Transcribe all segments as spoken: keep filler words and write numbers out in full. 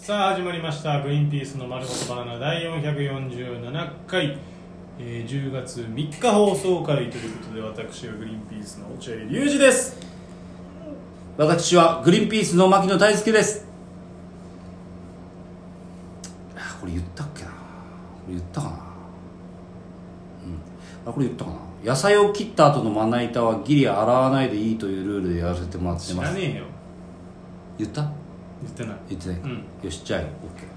さあ始まりましたグリーンピースの丸ごとバナナだいよんひゃくよんじゅうななかい、えー、じゅうがつみっか放送回ということで、私はグリーンピースの落合隆二です。 私はグリーンピースの牧野大輔です。これ言ったっけな、これ言ったかな、うん、あこれ言ったかな。野菜を切った後のまな板はギリ洗わないでいいというルールでやらせてもらってます。 知らねえよ。 言った？ 言ってない。 言ってない、うん、よしじゃあ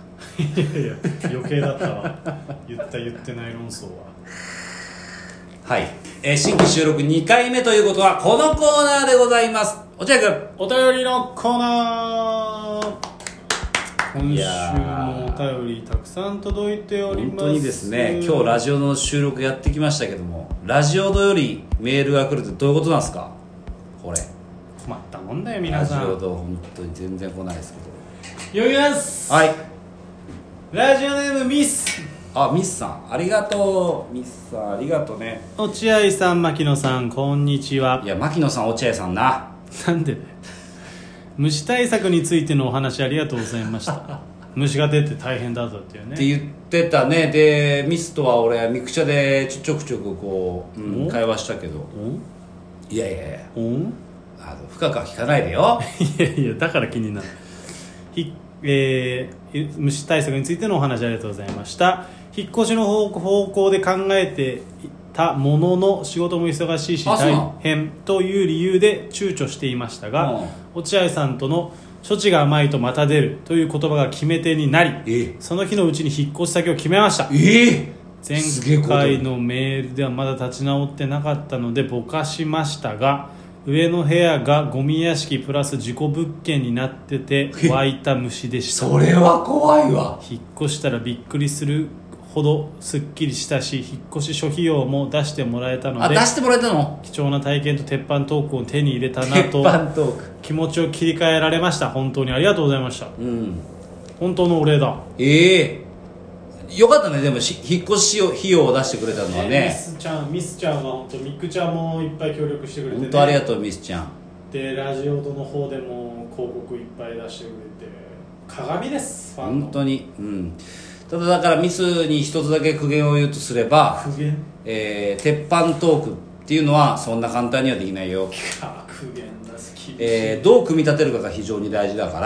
OK。 いやいや余計だったわ言った言ってない論争は。 はい、えー、新規収録にかいめということはこのコーナーでございます。落合君、 お便りのコーナー。今週もお便りたくさん届いております。 本当にですね、今日ラジオの収録やってきましたけども、ラジオドよりメールが来るってどういうことなんですか。これ困ったもんだよ皆さん。 ラジオド本当に全然来ないですけど読みます。 はい。 ラジオネームミス。 あ、ミスさんありがとう。ミスさんありがとうね。 落合さん、牧野さん、こんにちは。 いや、牧野さん、落合さんな。 なんで虫対策についてのお話ありがとうございました虫が出て大変だったっていうねって言ってたね。でミスとは俺ミクチャでちょくちょくこう、うん、会話したけど、いやいやいや、あの深くは聞かないでよいやいや、だから気になる。ひ、えー、虫対策についてのお話ありがとうございました。引っ越しの方向で考えてたものの仕事も忙しいし大変という理由で躊躇していましたが、うん、落合さんとの処置が甘いとまた出るという言葉が決め手になり、えその日のうちに引っ越し先を決めました。え前回のメールではまだ立ち直ってなかったのでぼかしましたが、上の部屋がゴミ屋敷プラス事故物件になってて湧いた虫でした。 それは怖いわ。 引っ越したらびっくりするほどすっきりしたし、引っ越し諸費用も出してもらえたので、 あ、出してもらえたの？ 貴重な体験と鉄板トークを手に入れたなと気持ちを切り替えられました。本当にありがとうございました、うん、本当のお礼だ。 ええー、よかったね。でもし引っ越し費用を出してくれたのはね、 ね、ミスちゃんミスちゃんは本当ミックちゃんもいっぱい協力してくれて、ね、 本当ありがとうミスちゃんで、ラジオドの方でも広告いっぱい出してくれて鏡です、ファンの。 本当に、うん。ただだからミスに一つだけ苦言を言うとすれば、 苦言、 えー、鉄板トークっていうのはそんな簡単にはできないよ。 苦言だ、好き、 えー、どう組み立てるかが非常に大事だから、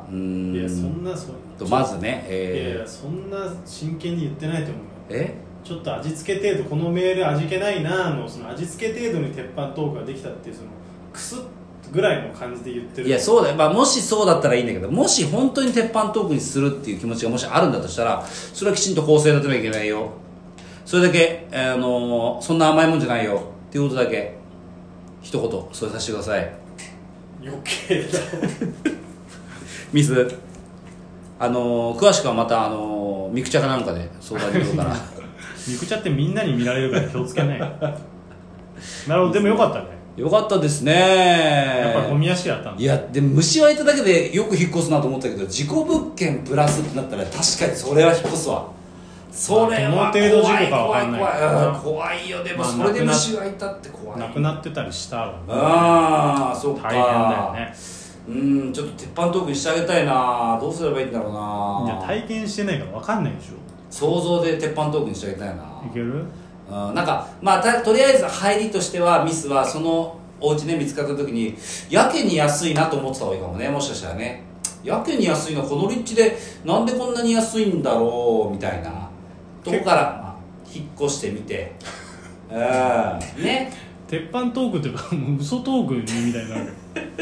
うーん、 いやそんなそとまずね、えー、いやそんな真剣に言ってないと思うよ。 えちょっと味付け程度、このメール味気ないなのその味付け程度に鉄板トークができたっていうそのクスッぐらいの感じで言ってる。 いやそうだよ、まあ、もしそうだったらいいんだけど、もし本当に鉄板トークにするっていう気持ちがもしあるんだとしたら、それはきちんと構成立てなきゃいけないよ。それだけ、あのー、そんな甘いもんじゃないよっていうことだけ一言それさせてください。 余計だミス、あのー、詳しくはまた、あのー、ミクチャかなんかで相談に乗るからミクチャってみんなに見られるから気をつけないなるほど。でもよかったね。 よかったですね。 やっぱりゴミ屋敷やったんだ。 いやでも虫湧いただけでよく引っ越すなと思ったけど、事故物件プラスってなったら確かにそれは引っ越すわ。それは怖い、 どの程度事故かわかんないけど、 怖い怖いよ。でもそれで虫湧いたって怖い。 なくなってたりしたら、ね、 ああそっか、 大変だよね。 うん、ちょっと鉄板トークにしてあげたいな。どうすればいいんだろうな。 いや体験してないから分かんないでしょ。 想像で鉄板トークにしてあげたいな。いける？ うん、なんかまあたとりあえず入りとしてはミスはそのお家で見つかった時にやけに安いなと思ってた方がいいかもね。もしかしたらね、やけに安いのこの立地でなんでこんなに安いんだろうみたいなとこから、まあ、引っ越してみてうんね、 鉄板トークっていうか嘘トークみたいになる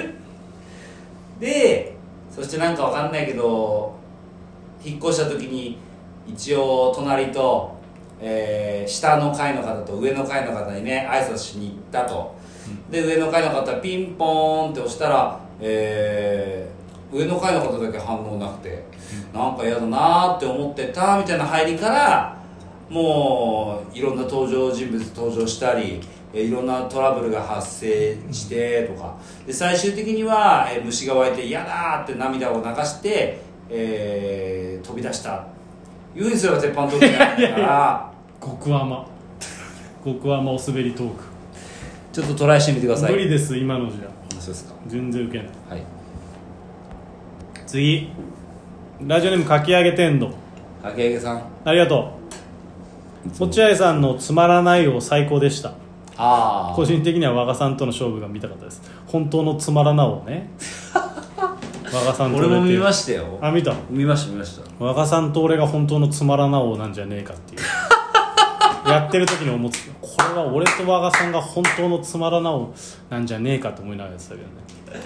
でそしてなんかわかんないけど引っ越した時に一応隣と、えー、下の階の方と上の階の方にね挨拶しに行ったと。で上の階の方ピンポーンって押したら、えー、上の階の方だけ反応なくて、うん、なんか嫌だなーって思ってたみたいな入りから、もういろんな登場人物登場したり、いろんなトラブルが発生してとかで、最終的には、えー、虫が湧いて嫌だーって涙を流して、えー、飛び出したいうふうにすれば鉄板トークになるから極甘極甘お滑りトークちょっとトライしてみてください。 無理です今のじゃ。 そうですか。 全然ウケない。 はい。 次ラジオネームかき揚げ天丼、 かき揚げさんありがとう。落合さんのつまらないを最高でした。 ああ個人的には和賀さんとの勝負が見たかったです。本当のつまらなをね和賀さんと俺も見ましたよ。 あ、見た。 見ました見ました。 和賀さんと俺が本当のつまらな王なんじゃねえかっていうやってる時に思ってた、これは俺と和賀さんが本当のつまらな王なんじゃねえかと思いながらやってたけどね。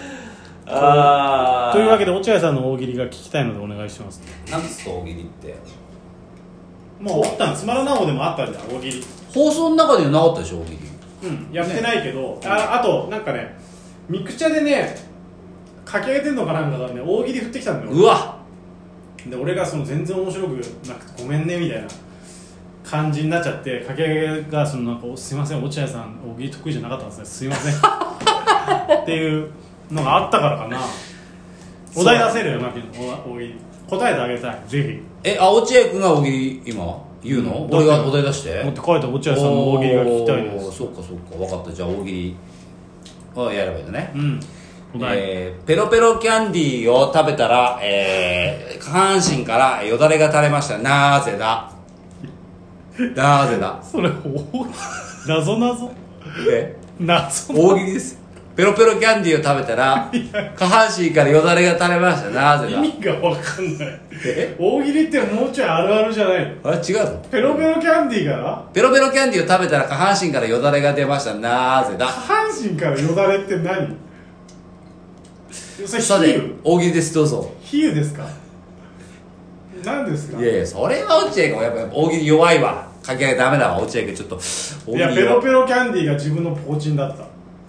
あというわけで落合さんの大喜利が聞きたいのでお願いします。 なんですか大喜利って。 もうあったん、つまらな王でもあったんだ大喜利。 放送の中ではなかったでしょ大喜利。 うんやってないけど、ね、あ, あとなんかねミクチャでねかき上げてんのかなんかがね大喜利振ってきたんだよ。 うわで俺がその全然面白くなくてごめんねみたいな感じになっちゃって、かき上げがそのなんかすいません落合さん大喜利得意じゃなかったんですねすいませんっていうのがあったからかな。お題出せるよマキの大喜利答えてあげたいぜひ。えあ落合君が大喜利今言うの、うん、俺がお題出してひ持って書いた落合さんの大喜利が聞きたいです。 そうかそうか分かった。じゃあ大喜利をやればいいのね。 うんえー、ペロペロキャンディーを食べたら、えー、下半身からよだれが垂れました。なぜだなぜだそれ謎謎え謎大喜利です。ペロペロキャンディーを食べたら下半身からよだれが垂れました。なぜだ。 意味が分かんない。え大喜利ってもうちょいあるあるじゃないの。 あれ違うの。 ペロペロキャンディーからペロペロキャンディーを食べたら下半身からよだれが出ました。なぜだ。 下半身からよだれって何。それさて大喜利です。どうぞ。 比喩ですか。何ですか。 いやいやそれは落合君やっぱ大喜利弱いわ。かけダメだわ落合君ちょっと。 いやペロペロキャンディーが自分のポーチンだった。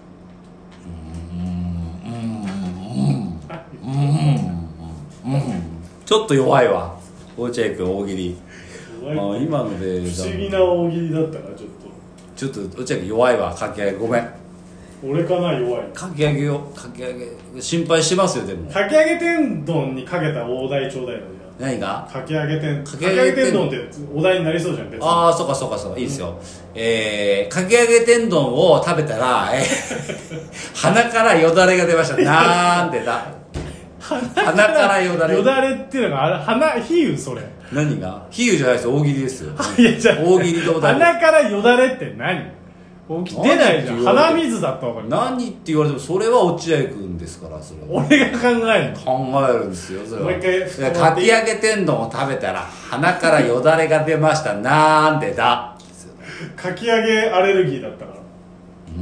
ちょっと弱いわ落合君大喜利。まあ今ので不思議な大喜利だったからちょっとちょっと落合君弱いわ。かき揚げごめん。 俺かな弱い。 かき揚げをかき揚げ心配してますよ。でもかき揚げ天丼にかけた大台ちょうだいの。 何がかき揚げ天かき揚げ天丼ってお題になりそうじゃん別に。 ああそうかそうかそうかいいですよ、うん、えー、かき揚げ天丼を食べたら、えー、鼻からよだれが出ました。なんでだ鼻からよだれよだれっていうのがあれ鼻比喩それ。 何が比喩じゃないですよ大喜利ですよいやじゃ大喜利と鼻からよだれって何出ないじゃん。鼻水だったら分かる。 何って言われてもそれは落合君ですから。それは俺が考えるの。 考えるんですよそれは。 もう一回かき揚げ天丼を食べたら鼻からよだれが出ました。なんでだかき揚げアレルギーだったから。 うー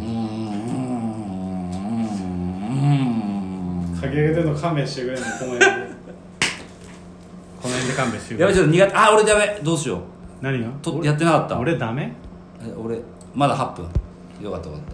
んかき揚げ天丼勘弁してくれんのこの辺でこの辺で勘弁してくれ。 やべちょっと苦手。あ俺ダメどうしよう。 何がとやってなかった。 俺ダメ。 え俺まだはっぷん。よかったよかった。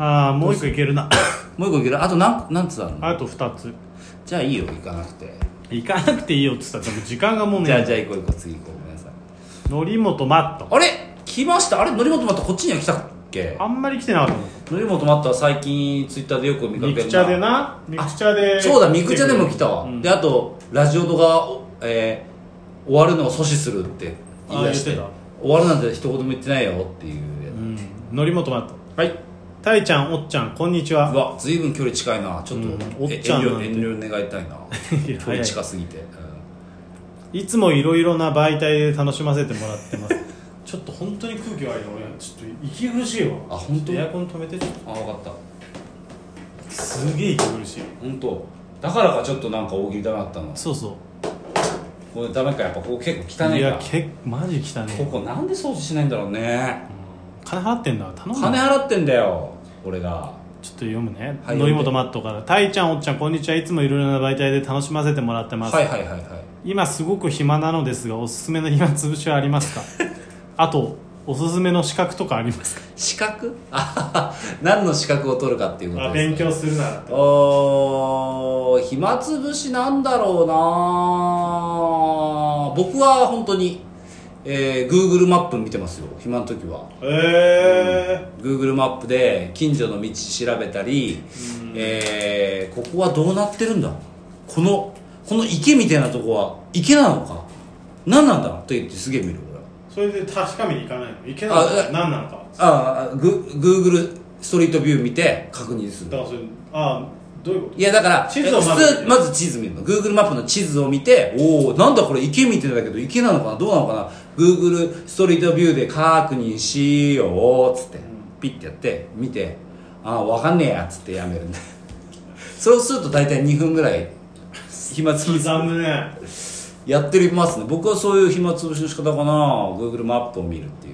ああもう一個いけるなもう一個いける。あと何何つあるの。 あと二つ。 じゃあいいよ行かなくて。 行かなくていいよっつったらでも時間がもうね。 じゃあじゃあ行こう行こう次行こう。ごめんなさい。 則本マット。 あれ来ました。あれ則本マットこっちには来たっけ。 あんまり来てなかったの。 則本マットは最近ツイッターでよく見かけるな。 ミクチャでなミクチャでそうだミクチャでも来たわ、うん、であとラジオドが、えー、終わるのを阻止するって言い出して終わるなんて一言も言ってないよっていう、うん、 則本マット。 はいたいちゃんおっちゃんこんにちは。 うわずいぶん距離近いなちょっと、うん、 おっちゃん遠慮遠慮願いたいな距離近すぎて、 うん、いつもいろいろな媒体で楽しませてもらってますちょっと本当に空気悪いな俺ちょっと息苦しいわ。 あ本当。 エアコン止めてちょっと。 あ分かったすげえ息苦しい本当。だからかちょっとなんか大喜利ダメだったの。 そうそうこれダメかやっぱここ結構汚いか。 いやけマジ汚い。 ここなんで掃除しないんだろうね、 うん、金払ってんだ頼む。 金払ってんだよ俺が。 ちょっと読むね。 はい、 則本マットからたいちゃんおっちゃんこんにちは。いつもいろいろな媒体で楽しませてもらってます。 はいはいはいはい。 今すごく暇なのですがおすすめの暇つぶしはありますかあとおすすめの資格とかありますか。 資格あ何の資格を取るかっていうことです、 ね、勉強するならお暇つぶしなんだろうな。僕は本当に、えー、Google マップ見てますよ暇の時は。 へえー、 うん、Google マップで近所の道調べたり、えー、ここはどうなってるんだこのこの池みたいなとこは池なのか何なんだと言ってすげえ見る。 それで確かめに行かないの。池なのか何なのか。 ああグ Google ストリートビュー見て確認する。 だからそれあどういうこといやだから地図を普通まず地図見るの Google マップの地図を見ておおなんだこれ池見てんだけど池なのかなどうなのかな Google ストリートビューで確認しようっつって、うん、ピッてやって見てああ分かんねえやっつってやめるんだそうすると大体にふんぐらい暇つぶし刻むねやってますね。僕はそういう暇つぶしの仕方かな Google マップを見るっていう、うん、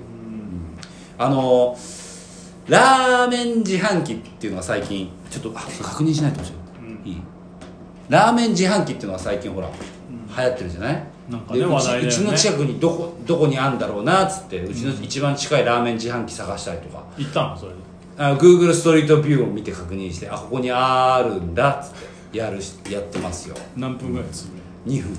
あのラーメン自販機っていうのが最近ちょっと確認しないと面白い、うん、いいラーメン自販機っていうのが最近ほら、うん、流行ってるじゃないなんかね話題だよね。 うちの近くにどこどこにあるんだろうなっつってうちの一番近いラーメン自販機探したりとか行ったのそれであ Google ストリートビューを見て確認してあここにあるんだっつってやるやってますよ。 何分ぐらいでするにふん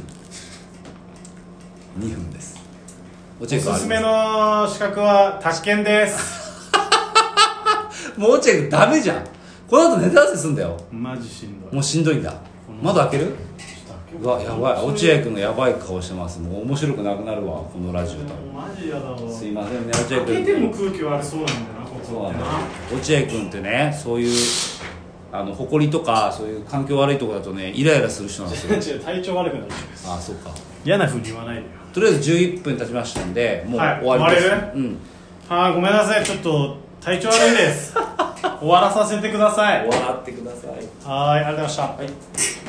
にふんです。おおすすめの資格は宅建ですもう落合君ダメじゃん。この後ネタ合わせすんだよ。 マジしんどい。 もうしんどいんだ。窓開ける？うわやばい。落合君がやばい顔してます。もう面白くなくなるわこのラジオだ。 マジやだわ。 すいませんね落合君。 開けても空気悪そうなんだよなここってな。 そうなんだよ。落合君ってねそういうあの埃とかそういう環境悪いところだとねイライラする人なんですよ。 違う体調悪くなる人です。 ああそうか。 嫌な風に言わないでよ。 とりあえずじゅういっぷん経ちましたんでもう終わりです。 はい、終われる？ うん。 はいごめんなさいちょっと体調悪いです。終わらさせてください。 終わってください。 はいありがとうございました。はい。